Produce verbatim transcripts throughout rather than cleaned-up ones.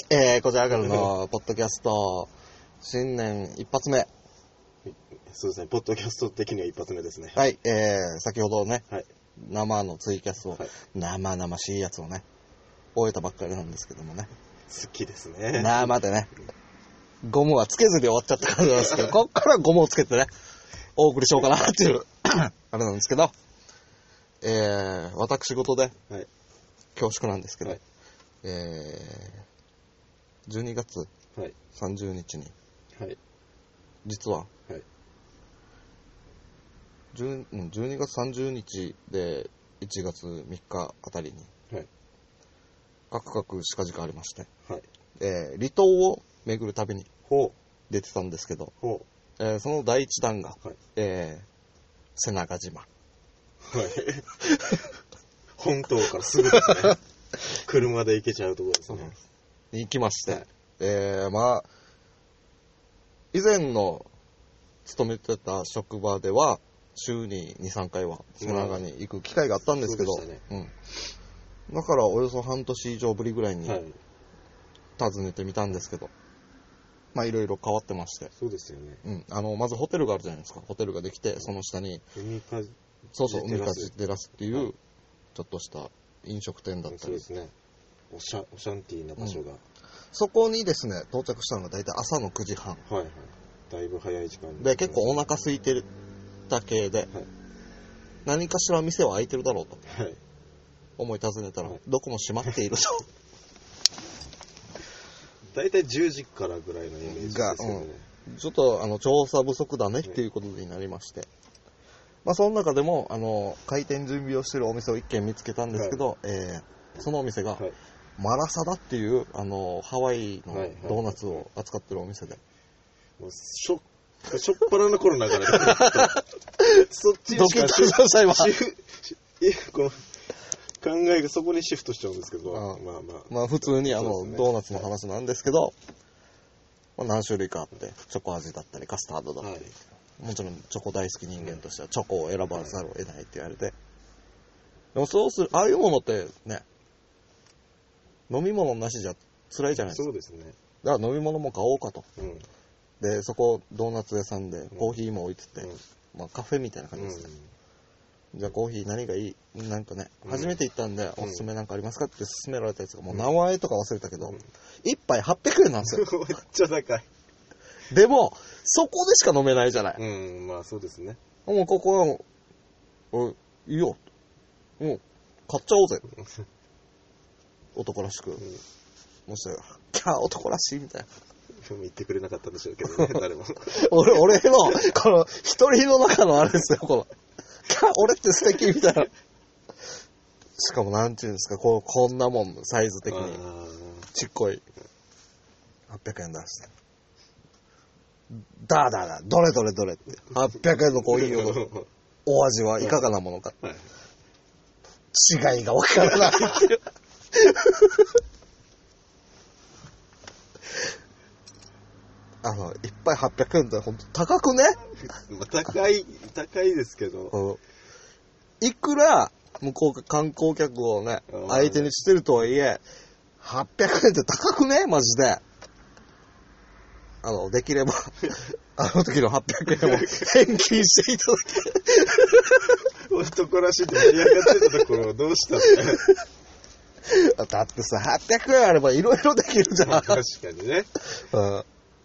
えー、こちらからのポッドキャスト新年一発目。 そうですね、ポッドキャスト的には一発目ですね。 はい、えー、先ほどね、 はい、 生のツイキャスを、 はい、 生々しいやつをね終えたばっかりなんですけどもね、 好きですね。 生でね、ゴムはつけずに終わっちゃった感じなんですけどこっからゴムをつけてねお送りしようかなっていうあれなんですけど、えー、私事で、はい、恐縮なんですけど、はい、えー、じゅうにがつさんじゅうにちに、はい、実は、はい、じゅうにがつさんじゅうにちでいちがつみっかあたりに、はい、カクカクしかじかありまして、はい、えー、離島を巡る旅に出てたんですけど、えー、その第一弾が、はい、えー、瀬長島。はい。 本島からすぐですね。車で行けちゃうところですね。 に行きまして、はい、えー、まあ、以前の勤めてた職場では、週にに、さんかいは瀬長に行く機会があったんですけど、うんね、うん。だからおよそ半年以上ぶりぐらいに訪ねてみたんですけど、まあいろいろ変わってまして。 そうですよね。 うん。あの、まずホテルがあるじゃないですか。ホテルができて、その下に、 海かじそうそう、海かじテラスっていう、ちょっとした飲食店だったり。 そうですね。オシャ、オシャンティーな場所が、うん。 そこにですね、到着したのが大体朝のくじはん。 はいはい。だいぶ早い時間で、結構お腹空いてた系で、はい、何かしら店は開いてるだろうと、はい、思い尋ねたら、はい、どこも閉まっていると。 だいたいじゅうじからぐらいのイメージですけどね。 うん、ちょっとあの調査不足だねっていうことになりまして、はい、まあその中でもあの開店準備をしているお店を一軒見つけたんですけど、はい、えー、そのお店が、はい、マラサダっていうあのハワイのドーナツを扱ってるお店で、 もうしょしょっぱなの頃ながらそっちにしかシフこの考えがそこにシフトしちゃうんですけど、 ああまあまあまあ普通にあの、ね、ドーナツの話なんですけど、まあ、何種類かあってチョコ味だったりカスタードだったり、はい、もちろんチョコ大好き人間としてはチョコを選ばざるを得ないって言われて、はい、でもそうするああいうものってね飲み物なしじゃ辛いじゃないですか。 そうですね。 だから飲み物も買おうかと、うん、でそこドーナツ屋さんでコーヒーも置いてて、うん、まあ、カフェみたいな感じですね、うん、じゃあコーヒー何がいいなんかね、うん、初めて行ったんでおすすめなんかありますかって勧められたやつがもう名前とか忘れたけど、うん、いっぱいはっぴゃくえんなんですよ。 めっちゃ高い。 でもそこでしか飲めないじゃない。 うん、まあそうですね。 もうここはおいいよもう買っちゃおうぜ男らしく、うん、もしキャー男らしいみたいな言ってくれなかったんでしょうけどね、誰も。 俺、俺の、この、一人の中のあれですよ、この、俺って素敵みたいな。しかも、なんていうんですか、こうこんなもん、サイズ的に。ちっこい。はっぴゃくえん出して。だだだ、どれどれどれって。はっぴゃくえんのコーヒーを、お味はいかがなものか。はい、違いがわからないっていう。あの、いっぱいはっぴゃくえんってほんと高くね？ 高い、高いですけど。 いくら、向こうが観光客をね、相手にしてるとはいえ、はっぴゃくえんって高くね？マジで。あの、できれば、あの時のはっぴゃくえんを返金していただけ。男らしいって盛り上がってたところをどうしたの？だってさ、はっぴゃくえんあればいろいろできるじゃん。 確かにね。 うん。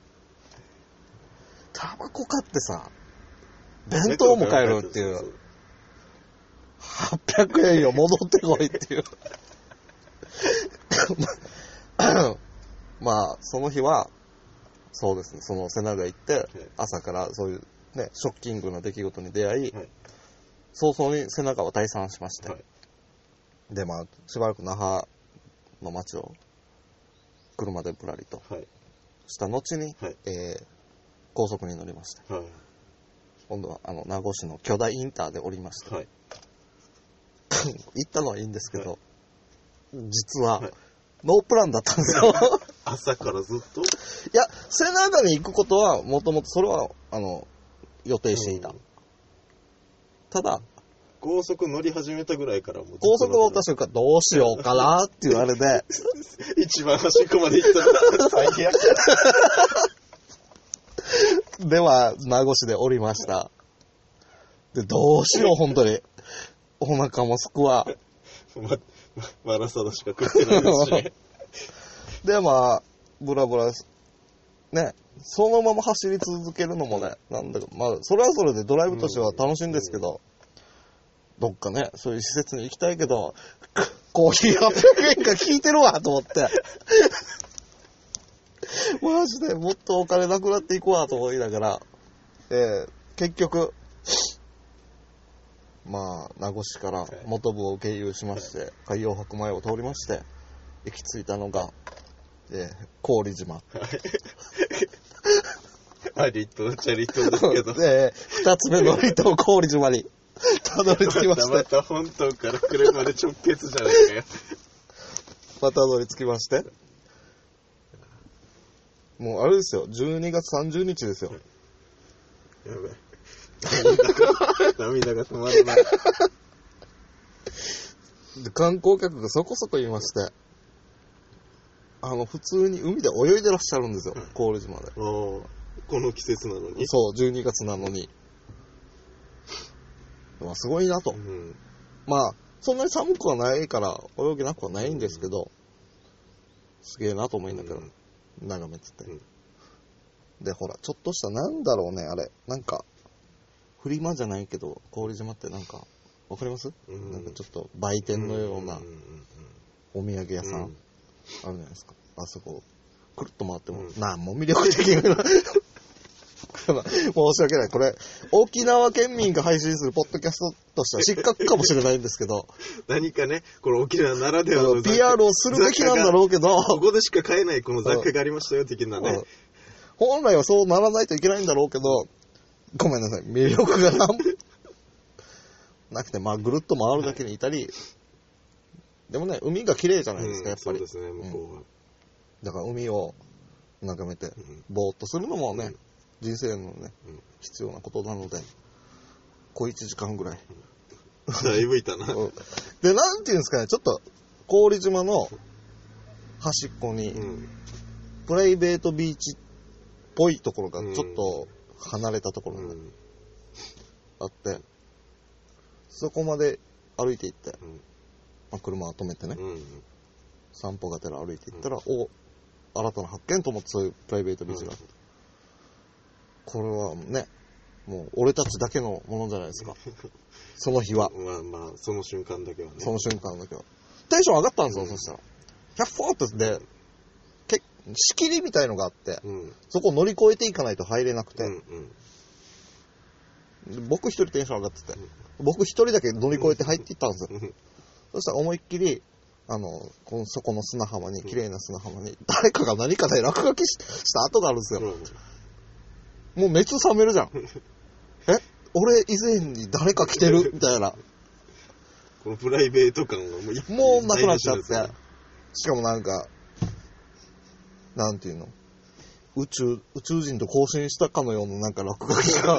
タバコ買ってさ、弁当も買えるっていう。はっぴゃくえんよ、戻ってこいっていう。まあ、その日は、そうですね、その瀬長行って、朝からそういうね、ショッキングな出来事に出会い、はい、早々に瀬長は退散しまして、はい、で、まあ、しばらく那覇の街を車でぶらりとした後に、はい、えー高速に乗りまして、はい、今度はあの名護市の巨大インターで降りました、はい、行ったのはいいんですけど、はい、実は、はい、ノープランだったんですよ。 朝からずっといや瀬長に行くことはもともとそれはあの予定していた、うん、ただ高速乗り始めたぐらいからもう高速乗った瞬間どうしようかなっていうあれで一番端っこまで行ったら最悪では名護市で降りました。でどうしよう本当にお腹もすくわ。 ま、マラサダしか食ってないですしね。 でまあブラブラね、そのまま走り続けるのもね、なんだかまあそれはそれでドライブとしては楽しいんですけど、どっかねそういう施設に行きたいけどコーヒーはっぴゃくえんが効いてるわと思ってマジでもっとお金なくなっていくわと思いながら、えー、結局まあ名護市から本部を経由しまして海洋白米を通りまして行き着いたのが、えー、郡島あ離島っちゃ離島ですけどで二つ目の離島郡島にたどり着きましてまたまた本島から車で直結じゃないかよまたたどり着きましてもうあれですよじゅうにがつさんじゅうにちですよ。 やばい涙が止まらないで観光客がそこそこいましてあの普通に海で泳いでらっしゃるんですよ、郡島で。 この季節なのに。 そうじゅうにがつなのに、まあ、すごいなと、うん、まあそんなに寒くはないから泳げなくはないんですけど、うん、すげえなと思いながら眺めてて、うん、でほらちょっとしたなんだろうねあれなんかフリマじゃないけど郡島ってなんかわかります、うん、なんかちょっと売店のようなお土産屋さん、うん、あるじゃないですか。あそこくるっと回っても、うん、なんも魅力的な申し訳ないこれ沖縄県民が配信するポッドキャストとしては失格かもしれないんですけど何かねこれ沖縄ならではのピーアール をするべきなんだろうけどここでしか買えないこの雑貨がありましたよ的なね、うん、 本来はそうならないといけないんだろうけどごめんなさい魅力がなんなくてまあぐるっと回るだけにいたりでもね海が綺麗じゃないですか、うん、やっぱりそうですね向こうは、うん、 だから海を眺めてぼーっとするのもね、うん人生のね、うん、必要なことなので小いちじかんぐらい、 うん、だいぶいたなでなんていうんですかねちょっと郡島の端っこに、うん、プライベートビーチっぽいところがちょっと離れたところに、ねうん、あってそこまで歩いて行って、うんまあ、車を止めてね、うん、散歩がてら歩いて行ったら、うん、お新たな発見と思ってそういうプライベートビーチがあって、うんこれはね、もう俺たちだけのものじゃないですか。その日は。 まあまあ、その瞬間だけはね。 その瞬間だけは。テンション上がったんですよ、うん、そしたら。ひゃっフォーってで、け仕切りみたいのがあって、うん、そこを乗り越えていかないと入れなくて、うんうん、僕一人テンション上がってて、うん、僕一人だけ乗り越えて入っていったんですよ。うん、そしたら思いっきり、あの、このそこの砂浜に、綺麗な砂浜に、誰かが何かで落書きした跡があるんですよ。うんもう熱冷めるじゃん。え俺以前に誰か来てるみたいな。 このプライベート感がもう一もうなくなっちゃって。しかもなんか、なんていうの宇宙、宇宙人と交信したかのようななんか落書きがあって。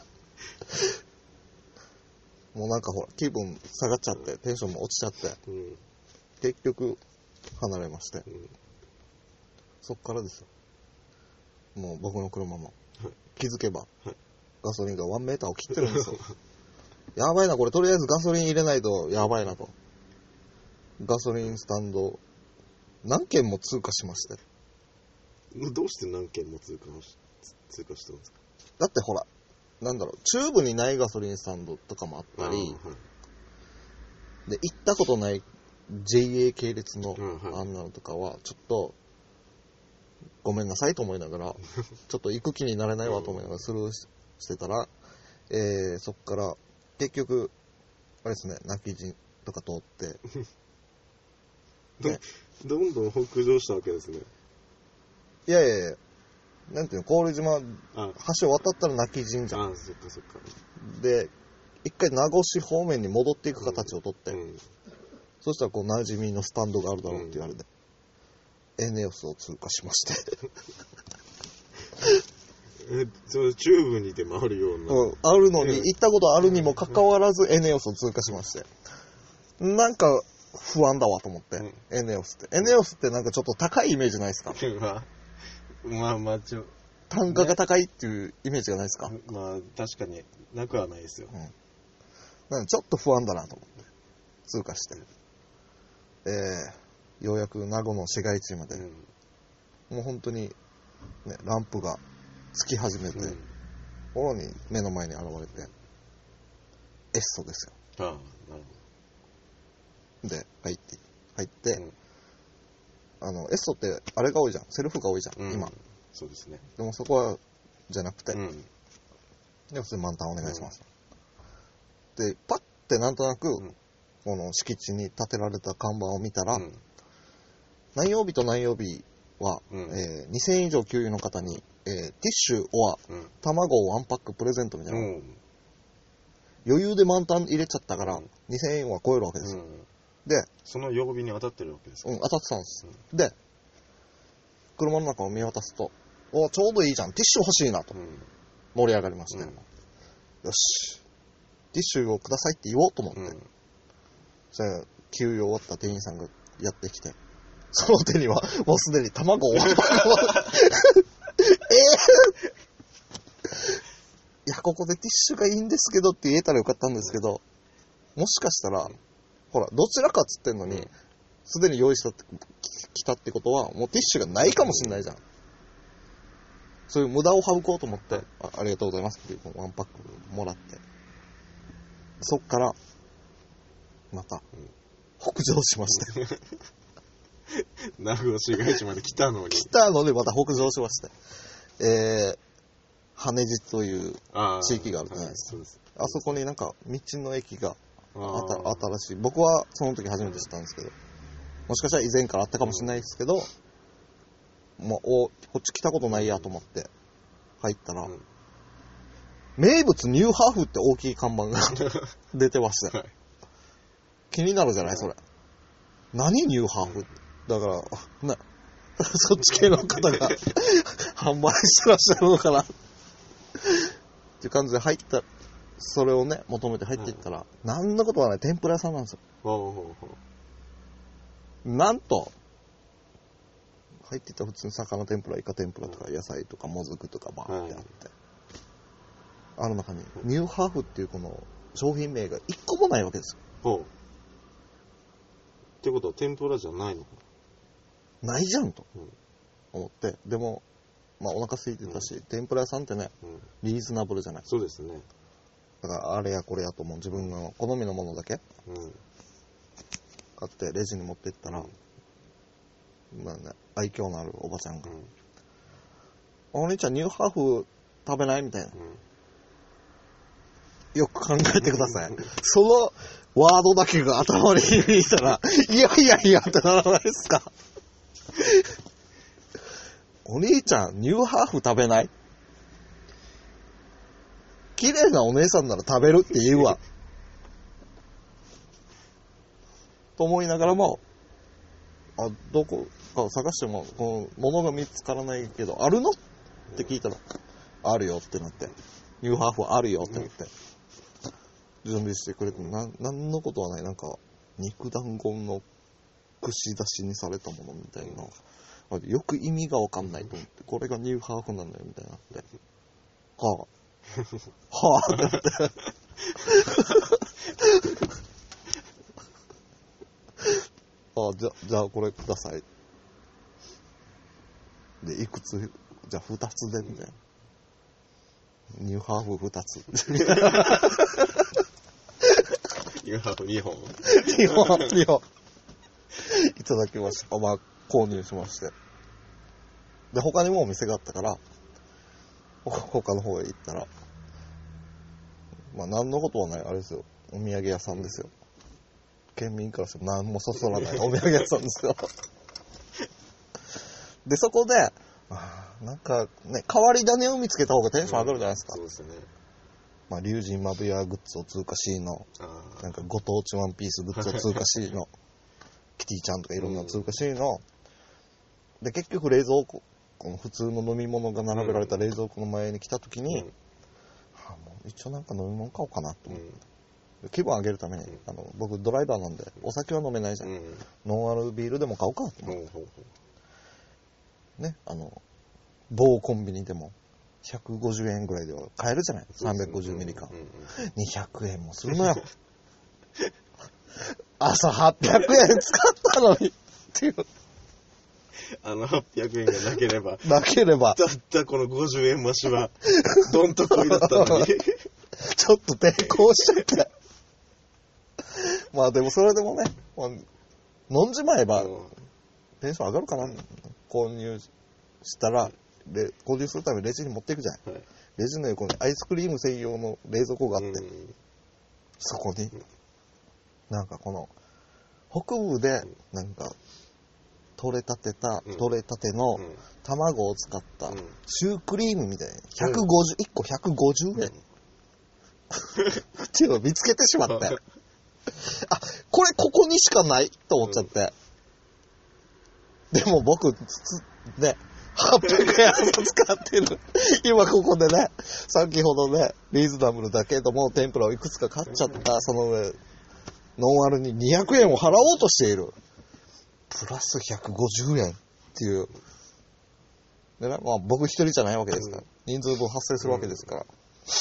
もうなんかほら、気分下がっちゃって、テンションも落ちちゃって。うん、結局、離れまして。うん、そっからですよ。もう僕の車も気づけばガソリンがワンメーターを切ってるんですよやばいなこれとりあえずガソリン入れないとやばいなとガソリンスタンド何軒も通過しましてどうして何軒も通過し通過したんですか。 だってほらなんだろう中部にないガソリンスタンドとかもあったり、はい、で行ったことない ジェイエー 系列のあんなのとかはちょっとごめんなさいと思いながらちょっと行く気になれないわと思いながらスルーしてたら、えー、そっから結局あれですね泣き陣とか通ってね、ど, どんどん北上したわけですね。 いやいやいやなんていうの郡島橋を渡ったら泣き陣じゃん。 ああそっかそっか。 で一回名護市方面に戻っていく形をとって、うんうん、そしたらこう馴染みのスタンドがあるだろうって言われて、うんエネオスを通過しましてえ、それチューブにで回るような。 うん、あるのに、行ったことあるにもかかわらずエネオスを通過しまして。なんか不安だわと思って、うん、エネオスって。エネオスってなんかちょっと高いイメージないですか？ まあまあちょ。 単価が高いっていうイメージがないですか？ まあ確かになくはないですよ。うん。 なんかちょっと不安だなと思って、通過して。えー、ようやく名護の市街地まで、うん、もう本当に、ね、ランプがつき始めて、うん、頃に目の前に現れて、エッソですよ。 ああ、なるほど。で、入って、入って、うん、あの、エッソってあれが多いじゃん。セルフが多いじゃん、うん、今。 そうですね。 でもそこは、じゃなくて、うん、で、普通に満タンお願いします。うん、で、パッてなんとなく、うん、この敷地に建てられた看板を見たら、うん、何曜日と何曜日は、うん、えー、にせんえん以上給油の方に、えー、ティッシュオア、うん、卵をワンパックプレゼントみたいな、うん、余裕で満タン入れちゃったから、うん、にせんえんは超えるわけですよ、うん、でその曜日に当たってるわけですか？ うん、当たってたんです、うん、で車の中を見渡すと、おちょうどいいじゃん、ティッシュ欲しいなと、うん、盛り上がりまして、うん、よしティッシュをくださいって言おうと思って、うん、そしたら給油終わった店員さんがやってきて、その手にはもうすでに卵をえー、いやここでティッシュがいいんですけどって言えたらよかったんですけど、もしかしたらほらどちらかっつってんのにすでに用意したってきたってことはもうティッシュがないかもしれないじゃん。そういう無駄を省こうと思って、あ、ありがとうございますっていうワンパックもらって、そっからまた北上しまして名護市街地まで来たのに来たのでまた北上しまして、えー、羽地という地域があるじゃないですか。 あ,、はい、 あ, あそこになんか道の駅があた新しい、僕はその時初めて知ったんですけど、もしかしたら以前からあったかもしれないですけど、もうおこっち来たことないやと思って入ったら、うん、名物ニューハーフって大きい看板が出てました、はい、気になるじゃないそれ。何ニューハーフだからなそっち系の方が販売してらっしゃるのかなっていう感じで入った、それをね求めて入っていったら、うん、なんなことはない天ぷら屋さんなんですよ。ほうほうほう。なんと入っていったら普通に魚天ぷら、イカ天ぷらとか野菜とかもずくとかバーってあって、うん、あの中にニューハーフっていうこの商品名が一個もないわけですよ。ほう。 ってことは天ぷらじゃないのかな。ないじゃんと思って、うん、でもまあお腹空いてたし、うん、天ぷら屋さんってね、うん、リーズナブルじゃない。 そうですね。 だからあれやこれやと思う自分の好みのものだけ、うん、買ってレジに持っていったら、うん、まあね、愛嬌のあるおばちゃんが、うん、お兄ちゃんニューハーフ食べないみたいな、うん、よく考えてくださいそのワードだけが頭に響いたらいやいやいやってならないですかお兄ちゃんニューハーフ食べない、綺麗なお姉さんなら食べるって言うわと思いながらも、あ、どこか探してもこの物が見つからないけどあるのって聞いたら、あるよってなって、ニューハーフあるよってなって準備してくれて、な何のことはない、なんか肉団子の串出しにされたものみたいな、よく意味が分かんないと思って、これがニューハーフなんだよみたいになって、はあはあってなってあ、じゃじゃあこれくださいで、いくつ、じゃあふたつでみたいな、ニューハーフふたつニューハーフにほんにほんにほんいただきました。まあ購入しまして、で他にもお店があったから他の方へ行ったら、まあ何のことはないあれですよ、お土産屋さんですよ。県民からしても何もそそらないお土産屋さんですよでそこで、あ、なんかね、変わり種を見つけた方がテンション上がるじゃないですか、 うん、そうですね。 まあ龍神マブヤグッズを通過しの、なんかご当地ワンピースグッズを通過しのキティちゃんとかいろんな通過しの、うん、で結局冷蔵庫この普通の飲み物が並べられた冷蔵庫の前に来た時に、 うんはあ、もう一応なんか飲み物買おうかなと思って、うん、気分上げるために、うん、あの僕ドライバーなんでお酒は飲めないじゃん、うん、ノンアルビールでも買おうかと思って、うん、ね、あの某コンビニでもひゃくごじゅうえんぐらいでは買えるじゃない、さんびゃくごじゅうミリ缶、うんうん、にひゃくえんもするのよ朝はっぴゃくえん使ったのにっていう、 あのはっぴゃくえんがなければなければたったこのごじゅうえん増しはどんとこいだったのにちょっと抵抗しちゃってまあでもそれでもね、まあ、飲んじまえばテンション上がるかな、うん、購入したらで購入するためにレジに持っていくじゃん、はい、レジの横にアイスクリーム専用の冷蔵庫があって、うん、そこに、うん、なんかこの北部でなんか取れたてた、うん、取れたての卵を使ったシュークリームみたいなひゃくごじゅう、いっこひゃくごじゅうえん、うん、っていうのを見つけてしまってあ、これここにしかないと思っちゃって、うん、でも僕ねはっぴゃくえん使ってる今ここでね、先ほどねリーズナブルだけども天ぷらをいくつか買っちゃった、その上ノンアルににひゃくえんを払おうとしている、プラスひゃくごじゅうえんっていうでね、まあ僕一人じゃないわけですから、人数分発生するわけですから、うん、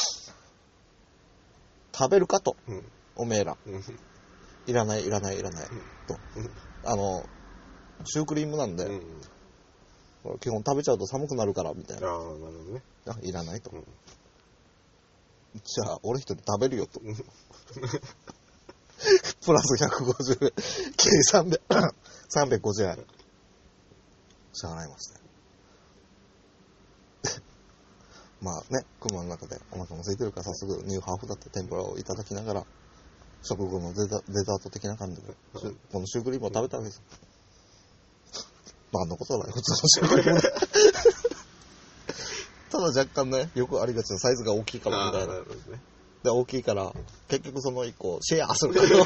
食べるかと、うん、おめえら、うん、いらないいらないいらない、うん、と、うん、あのシュークリームなんで、うん、基本食べちゃうと寒くなるからみたいな、 ああなるほどね、 あいらないと、うん、じゃあ俺一人食べるよとプラスひゃくごじゅうえん計算でさんびゃくごじゅうえん支払いましたまあね、車の中でお腹も空いてるから早速ニューハーフだって天ぷらをいただきながら食後のデザ、デザート的な感じでこのシュークリームを食べたわけですよ。何のことはない普通のシュークリームでただ若干ね、よくありがちなサイズが大きいかもみたいな、で大きいから結局そのいっこシェアするから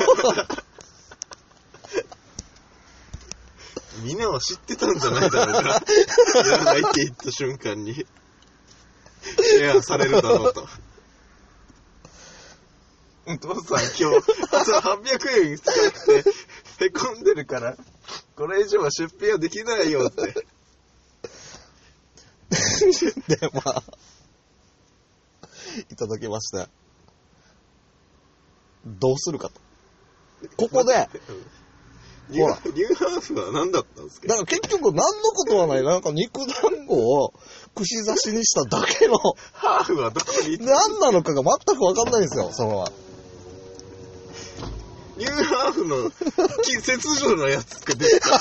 みんなは知ってたんじゃないだろうかいらないって言った瞬間にシェアされるだろうとお父さん今日朝はっぴゃくえん使ってへこんでるからこれ以上は出費はできないよってでまあいただきましてどうするかとここでニューハーフは何だったんですか？ だから結局何のことはない、なんか肉団子を串刺しにしただけのハーフはどこに何なのかが全く分かんないんですよ。それはニューハーフの切除のやつが出てた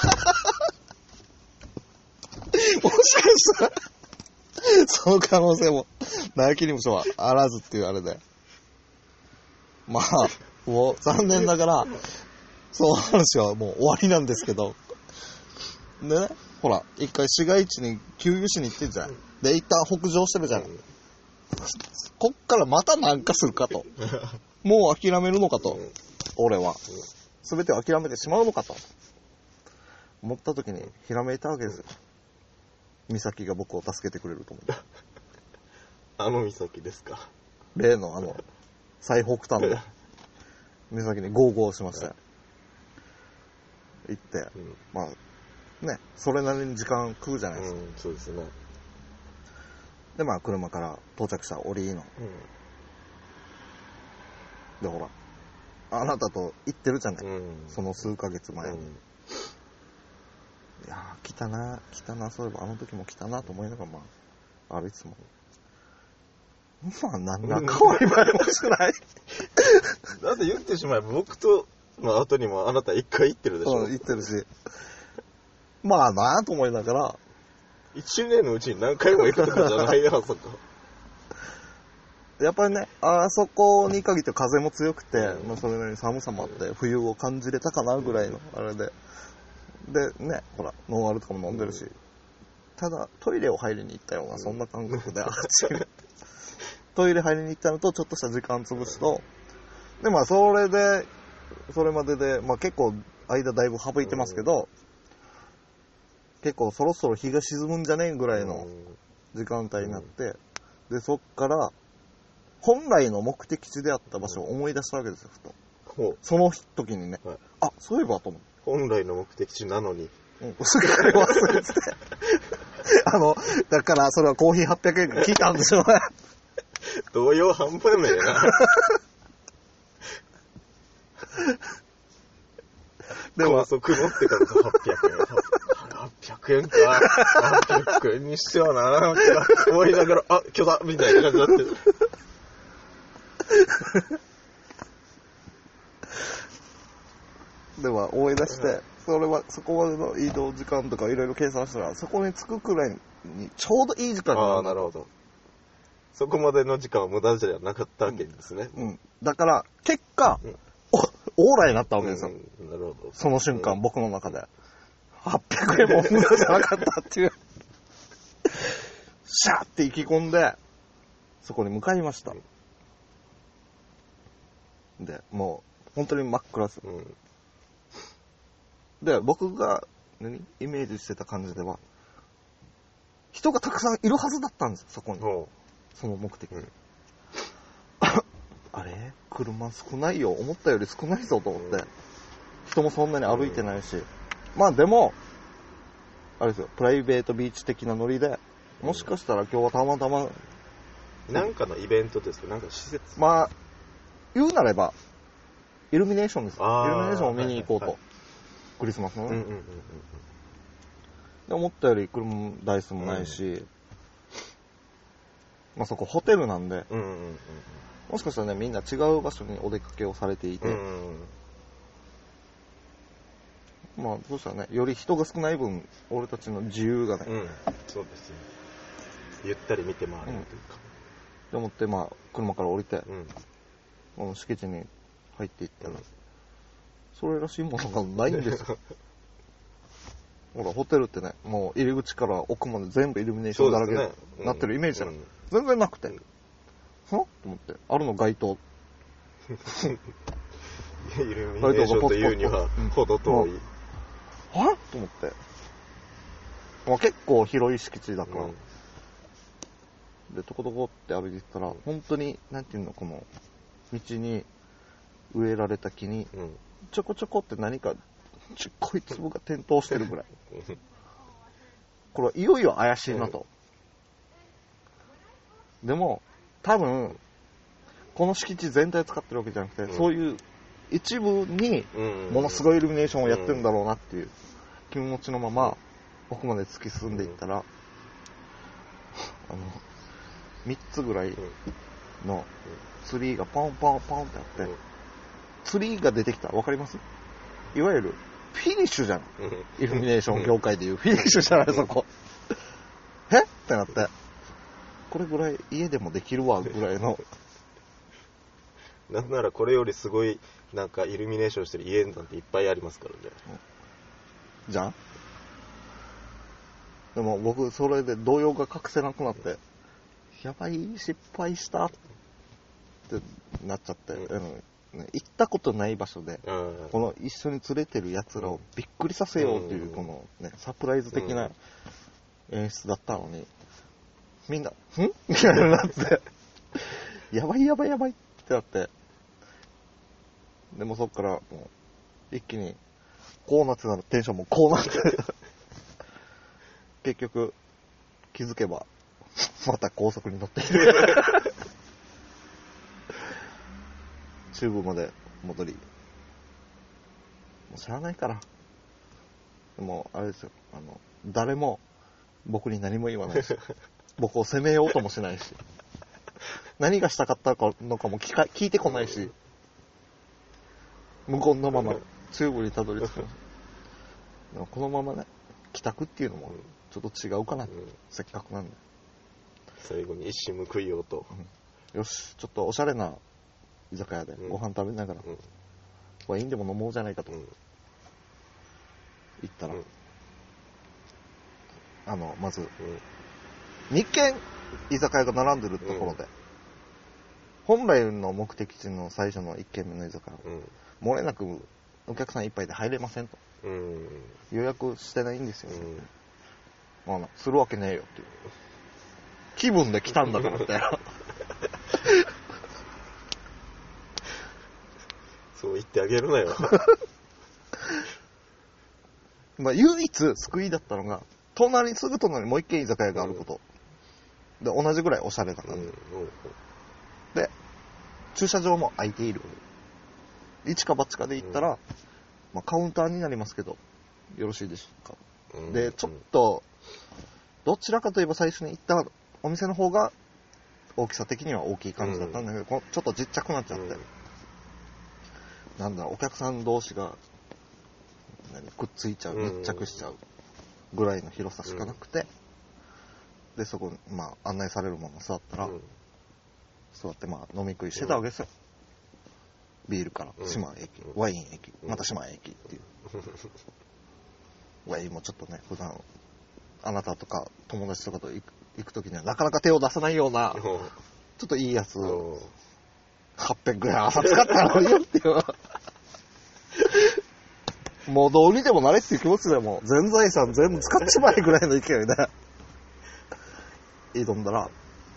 もしかしたらその可能性もなきにもしはあらずっていうあれで、まあもう残念ながらその話はもう終わりなんですけどでね、ほら一回市街地に給油しに行ってんじゃん、うん、で一旦北上してるじゃん、うん、こっからまたなんかするかともう諦めるのかと、うん、俺は全てを諦めてしまうのかと思った時にひらめいたわけですよ。美咲が僕を助けてくれると思うあの美咲ですか？ 例のあの最北端の美咲にゴーゴーしましたよ。行って、うん、まあねそれなりに時間食うじゃないですか、うん、 そうですね。 でまあ車から到着した折りの、うん、でほらあなたと行ってるじゃない、うん、その数ヶ月前に、うん、いやー来たな来たなそういえばあの時も来たなと思いながらまあ歩いてもまあ何ら変わり映えもしないだって言ってしまえば僕との後にもあなた一回行ってるでしょ。 行ってるしまあなぁと思いながら一年のうちに何回も行くとかじゃないよあそこやっぱりねあそこに限って風も強くて、うん、まあ、それなりに寒さもあって冬を感じれたかなぐらいのあれででねほらノンアルとかも飲んでるし、うん、ただトイレを入りに行ったような、うん、そんな感覚でトイレ入りに行ったのとちょっとした時間潰すとでまあそれでそれまでで、まあ、結構間だいぶ省いてますけど、 結構そろそろ日が沈むんじゃねえぐらいの時間帯になって、うん、でそっから本来の目的地であった場所を思い出したわけですよ、ふと。ほう。その時にね、はい、あ、そういえばと思って。 本来の目的地なのに。 うん、すっかり忘れてて。あの、だからそれはコーヒーはっぴゃくえん聞いたんでしょうね。 動揺半端ねえな。でも、高速乗ってからはっぴゃくえん。はっぴゃくえんか。はっぴゃくえんにしてはなって思いながら、あ、今日だみたいな感じになってる。 では思い出して、それはそこまでの移動時間とかいろいろ計算したら、そこに着くくらいにちょうどいい時間になる。 ああ、なるほど。そこまでの時間は無駄じゃなかったわけですね。 うん。うん、だから、結果、うん、おオーライになったわけですよ。 うん、なるほど。 その瞬間、うん、僕の中で。はっぴゃくえんも無駄じゃなかったっていう。シャーって意気込んで、そこに向かいました。うん、で、もう、本当に真っ暗です。うん、で、僕が、何イメージしてた感じでは、人がたくさんいるはずだったんですよ、そこに。その目的に。うん、あれ車少ないよ。思ったより少ないぞと思って。うん、人もそんなに歩いてないし。うん、まあでも、あれですよ、プライベートビーチ的なノリで、もしかしたら今日はたまたま、 なんかのイベントですか？なんか施設？ まあ、言うなれば、イルミネーションです。イルミネーションを見に行こうと。はいはいはい、クリスマスのね。うんうんうんうん、で思ったより車台数もないし、うん、まあそこホテルなんで、うんうんうんうん、もしかしたらね、みんな違う場所にお出かけをされていて、うんうんうん、まあそうしたらね、より人が少ない分、俺たちの自由がね、うん、 そうですね。ゆったり見て回るというか。うん、 で思って、まあ車から降りて、うん、この敷地に入っていったら、うん、それらしいものがないんですよ。ほら、ホテルってね、もう入り口から奥まで全部イルミネーションだらけになってるイメージじゃない、うん、全然なくて。うん、はと思って。あるの街灯。 イルミネーションというには、ほど遠い。 はと思って。まあ、結構広い敷地だから。うん、で、トコトコって歩いていったら、本当に、なんていうの、この、道に植えられた木に、うん、ちょこちょこって何か、ちっこい粒が点灯してるぐらい。これはいよいよ怪しいなと。でも、多分、この敷地全体使ってるわけじゃなくて、うん、そういう一部にものすごいイルミネーションをやってるんだろうなっていう気持ちのまま、奥まで突き進んでいったら、あの、みっつぐらいのツリーがポンポンポンってあって、ツリーが出てきた。わかります？いわゆる、フィニッシュじゃん。イルミネーション業界でいうフィニッシュじゃない、そこ。えってなって。これぐらい家でもできるわ、ぐらいの。 なんならこれよりすごい、なんかイルミネーションしてる家なんていっぱいありますからね。 うん、じゃん？でも僕、それで動揺が隠せなくなって、やばい、失敗したってなっちゃって、うんね、行ったことない場所で、うん、この一緒に連れてる奴らをびっくりさせようという、このね、サプライズ的な演出だったのに、みんな、んみたいになって、やばいやばいやばいってなって、でもそっからもう、一気に、こうなってたらテンションもこうなって、結局、気づけば、また高速に乗っている。中部まで戻り、もう知らないから。でも、あれですよ、あの、誰も僕に何も言わないし、僕を責めようともしないし、何がしたかったのかも聞か聞いてこないし、無言のまま中部にたどり着く。でもこのままね、帰宅っていうのもちょっと違うかな、うん、せっかくなんで。 最後に一矢報いようと、 うん、よし、ちょっとおしゃれな居酒屋でご飯食べながら、うん、ワインでも飲もうじゃないかと、うん、言ったら、うん、あのまず、うん、にけん居酒屋が並んでるところで、うん、本来の目的地の最初のいっけんめの居酒屋、うん、漏れなくお客さんいっぱいで入れませんと、うん、予約してないんですよ、 あのするわけねえよっていう。気分で来たんだからみたいな。 そう言ってあげるなよ。 まあ唯一救いだったのが、隣、すぐ隣にもう一軒居酒屋があること。うん、で、同じぐらいおしゃれな感じ。うん、で、駐車場も空いている。一か八かで行ったら、うん、まあ、カウンターになりますけど、よろしいでしょうか。うん、で、ちょっと、どちらかといえば最初に行ったお店の方が、大きさ的には大きい感じだったんだけど、うん、ちょっとちっちゃくなっちゃって。うん、なんだろう、お客さん同士が、何くっついちゃう、密着しちゃうぐらいの広さしかなくて、で、そこに、まあ、案内されるもの座ったら、うん、座って、まあ、飲み食いしてたわけですよ。うん、ビールから、島駅、うん、ワイン駅、また島駅っていう。ワインもちょっとね、普段、あなたとか友達とかと行く、行くときにはなかなか手を出さないような、ちょっといいやつ、はっぴゃくえん朝使ったのによっていう。もうどうにでもなれっていう気持ちでも全財産全部使っちまえぐらいの勢いで挑んだら、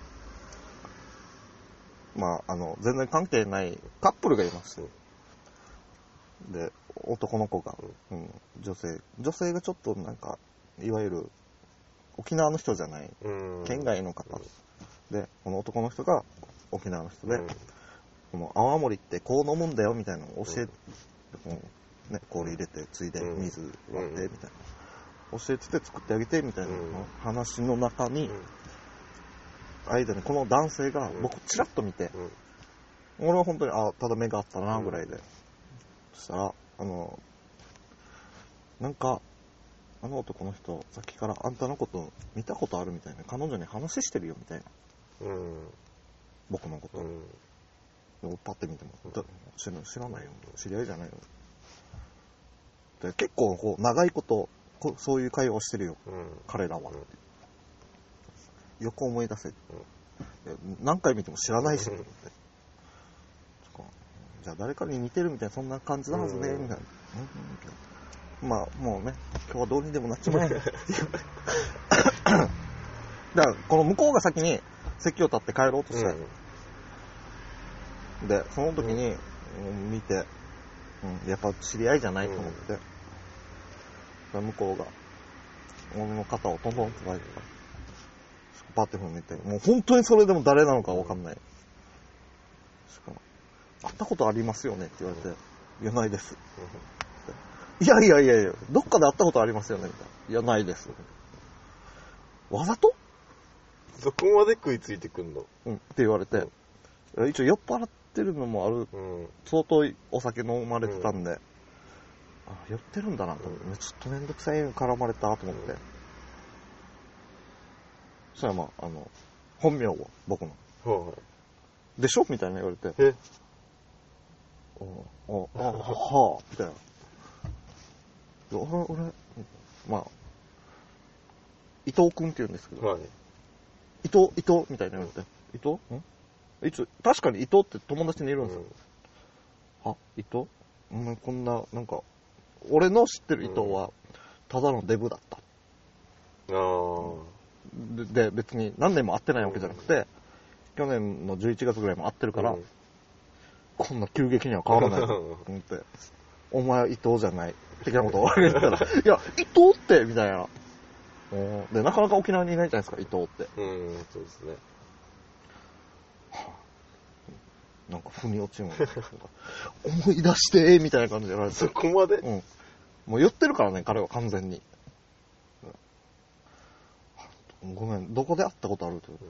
まああの全然関係ないカップルがいまして、で男の子が、うん、女性女性がちょっとなんかいわゆる沖縄の人じゃない県外の方で、この男の人が沖縄の人で、この泡盛ってこう飲むんだよみたいなのを教えて、ね、氷入れてついで水割ってみたいな、教えてて作ってあげてみたいな話の中に、間にこの男性が僕チラッと見て、俺は本当にあただ目があったなぐらいで、そしたらあのなんかあの男の人さっきからあんたのこと見たことあるみたいな、彼女に話してるよみたいな、うん、僕のこと、うん、パッて見ても知ら、知らないよ、知り合いじゃないよ。で結構こう長いことこそういう会話をしてるよ、うん、彼らは、うん、よく思い出せ、うん、何回見ても知らないしと思って、うん、じゃあ誰かに似てるみたいなそんな感じなはずね、うん、みたいな、うん、まあもうね今日はどうにでもなっちまえっていうだからこの向こうが先に席を立って帰ろうとして、うん、でその時に、うん、見て、うん、やっぱ知り合いじゃないと思って、うん、向こうが俺の肩をトントンって叩いてからパッて踏んでて、もう本当にそれでも誰なのか分かんない、しかも会ったことありますよねって言われて、いやないです、いやいやいやいやどっかで会ったことありますよねみたいな、いやないです、わざとそこまで食いついてくんの、 うんって言われて、うん、一応酔っ払ってるのもある、うん、相当お酒飲まれてたんで、うん、あ酔ってるんだなと思って、うん、ちょっとめんどくさいの絡まれたと思って、うん、そしたらまああの本名を僕の、はい、でしょみたいな言われて、えあああはあみたいな、俺俺まあ伊藤君って言うんですけど、はい、伊藤伊藤みたいな言われて、伊藤んいつ確かに伊藤って友達にいるんですよ、うん、あ伊藤、うん、こんななんか俺の知ってる伊藤はただのデブだった、うん、で, で別に何年も会ってないわけじゃなくて、うん、去年のじゅういちがつぐらいも会ってるから、うん、こんな急激には変わらないと思ってお前は伊藤じゃない的なことを言ったらいや伊藤ってみたいな、でなかなか沖縄にいないじゃないですか伊藤って、 うんそうですね、 なんか腑に落ちるもん思い出してみたいな感じでやられて、 そこまで、 うん、もう言ってるからね彼は完全に、うん、ごめんどこで会ったことあるって言う、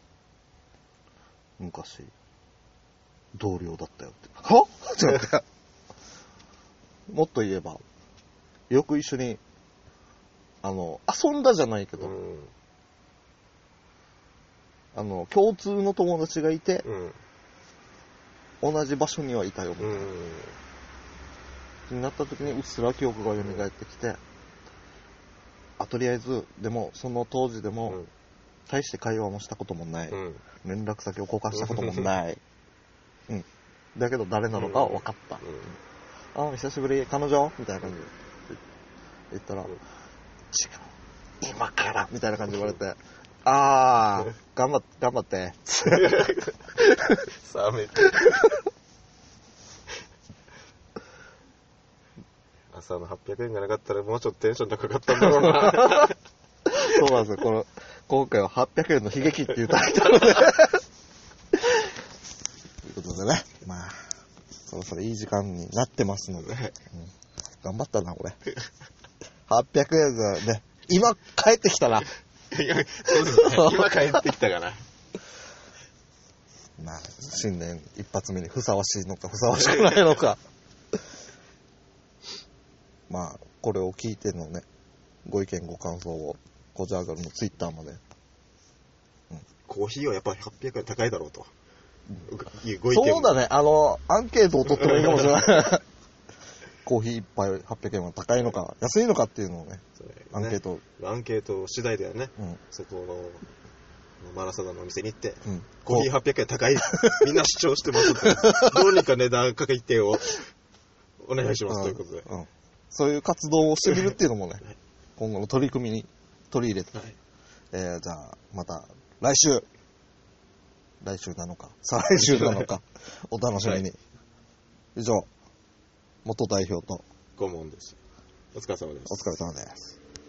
昔同僚だったよってはってなってもっと言えばよく一緒にあの遊んだじゃないけど、うん、あの共通の友達がいて、うん、同じ場所にはいたよみたいな、うん、になった時にうっすら記憶が蘇ってきて、あとりあえずでもその当時でも、うん、大して会話もしたこともない、うん、連絡先を交換したこともない、うん、だけど誰なのかは分かった、うん、ああ久しぶり彼女みたいな感じで言ったら、うん、違う今からみたいな感じで言われて、あー、頑張って、頑張って。 冷めて。朝のはっぴゃくえんがなかったらもうちょっとテンション高かったんだろうな。 そうなんですよ。この、今回ははっぴゃくえんの悲劇っていうタイトルで。ということでね、まあ、そろそろいい時間になってますので、うん、頑張ったな、これ。はっぴゃくえんがね、今帰ってきたら。 いや、そうですね。今帰ってきたから。 まあ、新年一発目にふさわしいのか、ふさわしくないのか。まあ、これを聞いてのね、ご意見ご感想を、コジャーガルのツイッターまで。 うん、コーヒーはやっぱりはっぴゃくえん高いだろうと。いう、ご意見。 そうだね、あの、アンケートを取ってもいいかもしれない。コーヒー一杯はっぴゃくえんは高いのか、安いのかっていうのをね、アンケート。 アンケート次第ではね、うん、そこの、マラサダのお店に行って、うん、コーヒーはっぴゃくえん高い。みんな主張してますって。どうにか値段価格定をお願いしますということで。 うんうん、そういう活動をしてみるっていうのもね、はい、今後の取り組みに取り入れて、はい、えー、じゃあまた来週、来週なのか、再来週なのか、お楽しみに。はい、以上、元代表と顧問です。お疲れ様です。 お疲れ様です。